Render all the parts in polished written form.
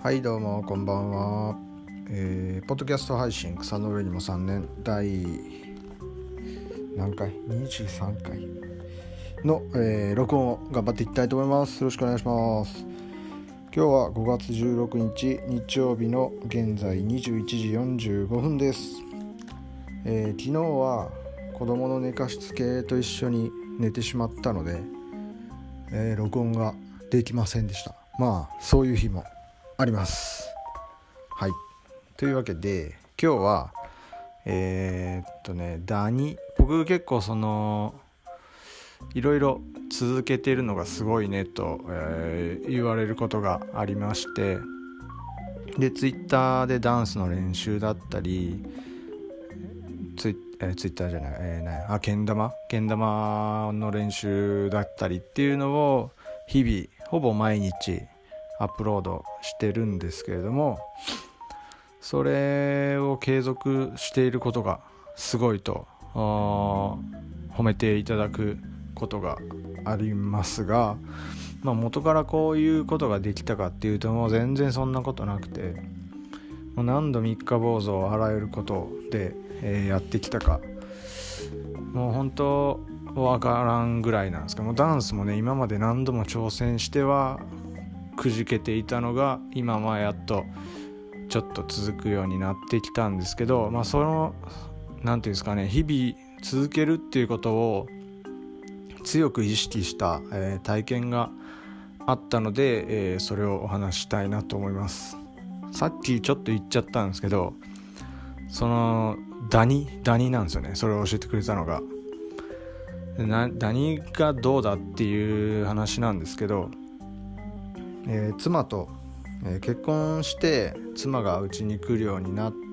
はいどうもこんばんは、ポッドキャスト配信草の上にも3年第何回23回の、録音を頑張っていきたいと思います。よろしくお願いします。今日は5月16日日曜日の現在21時45分です。昨日は子供の寝かしつけと一緒に寝てしまったので、録音ができませんでした。そういう日もあります。はい。というわけで今日は僕結構いろいろ続けてるのがすごいねと、言われることがありまして、でツイッターでダンスの練習だったりツイッターじゃない、けん玉の練習だったりっていうのを日々ほぼ毎日アップロードしてるんですけれども、それを継続していることがすごいと褒めていただくことがありますが、元からこういうことができたかっていうともう全然そんなことなくて、もう何度三日坊主をあらゆることで、やってきたかもう本当わからんぐらいなんですけども、ダンスもね今まで何度も挑戦してはくじけていたのが今やっとちょっと続くようになってきたんですけど、そのなんていうんですかね、日々続けるっていうことを強く意識した、体験があったので、それをお話したいなと思います。さっきちょっと言っちゃったんですけど、そのダニなんですよね、それを教えてくれたのが。ダニがどうだっていう話なんですけど、妻と、結婚して妻がうちに来るようになって、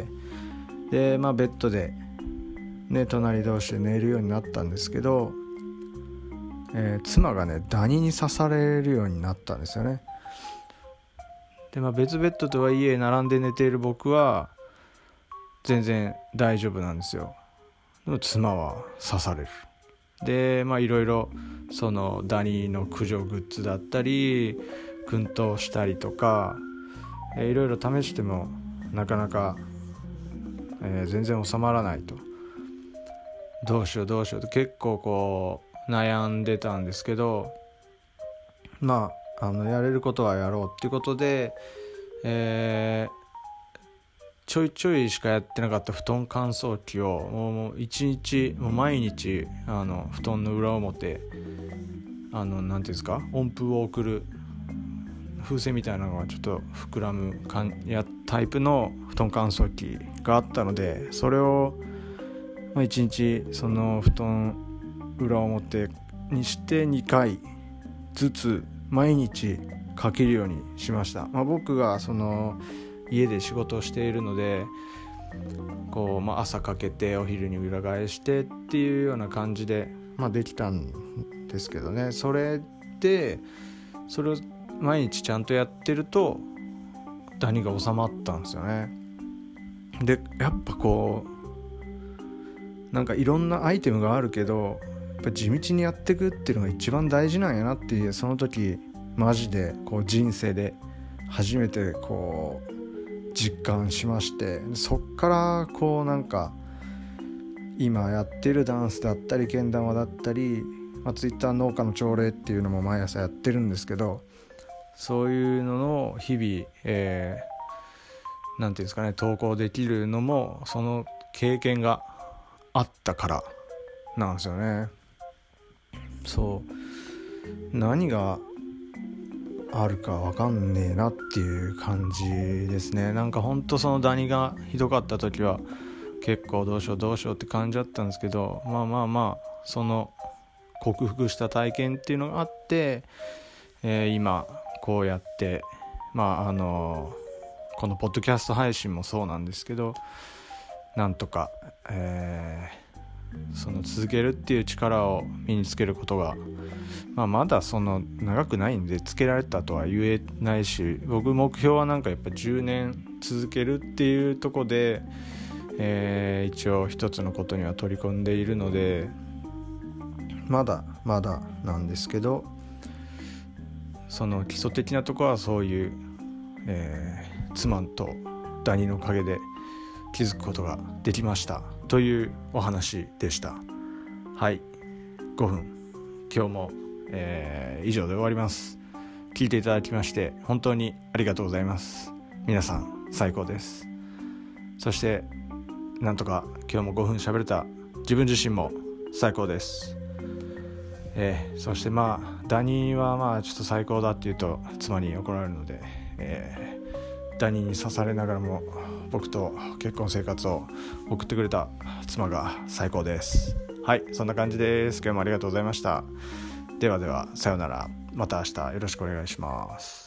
でベッドでね隣同士で寝るようになったんですけど、妻がねダニに刺されるようになったんですよね。で別ベッドとはいえ並んで寝ている僕は全然大丈夫なんですよ。でも妻は刺される。でいろいろそのダニの駆除グッズだったり薫陶したりとか、いろいろ試してもなかなか、全然収まらないと、どうしようと結構こう悩んでたんですけど、やれることはやろうっていうことで、ちょいちょいしかやってなかった布団乾燥機をもう一日毎日布団の裏表なんていうんですか、温風を送る風船みたいなのがちょっと膨らむタイプの布団乾燥機があったので、それを一日その布団裏表にして2回ずつ毎日かけるようにしました。僕がその家で仕事をしているのでこう、朝かけてお昼に裏返してっていうような感じで、できたんですけどね。それを毎日ちゃんとやってるとダニが収まったんですよね。でやっぱこういろんなアイテムがあるけどやっぱ地道にやっていくっていうのが一番大事なんやなっていう、その時マジでこう人生で初めてこう実感しまして、そっからこう今やってるダンスだったりけん玉だったり、ツイッター農家の朝礼っていうのも毎朝やってるんですけど、そういうのの日々、なんていうんですかね、投稿できるのもその経験があったからなんですよね。そう何があるか分かんねえなっていう感じですね。ほんとそのダニがひどかった時は結構どうしようって感じだったんですけど、その克服した体験っていうのがあって、今こうやってこのポッドキャスト配信もそうなんですけど、なんとか、その続けるっていう力を身につけることが、まだその長くないんでつけられたとは言えないし、僕目標はやっぱ10年続けるっていうところで、一応一つのことには取り込んでいるのでまだなんですけど、その基礎的なところはそういう、 妻とダニーのおかげで気づくことができましたというお話でした。はい、5分今日も、以上で終わります。聞いていただきまして本当にありがとうございます。皆さん最高です。そしてなんとか今日も5分喋れた自分自身も最高です。そしてダニーはちょっと最高だって言うと妻に怒られるので、ダニーに刺されながらも僕と結婚生活を送ってくれた妻が最高です。はい、そんな感じです。今日もありがとうございました。ではではさようなら。また明日よろしくお願いします。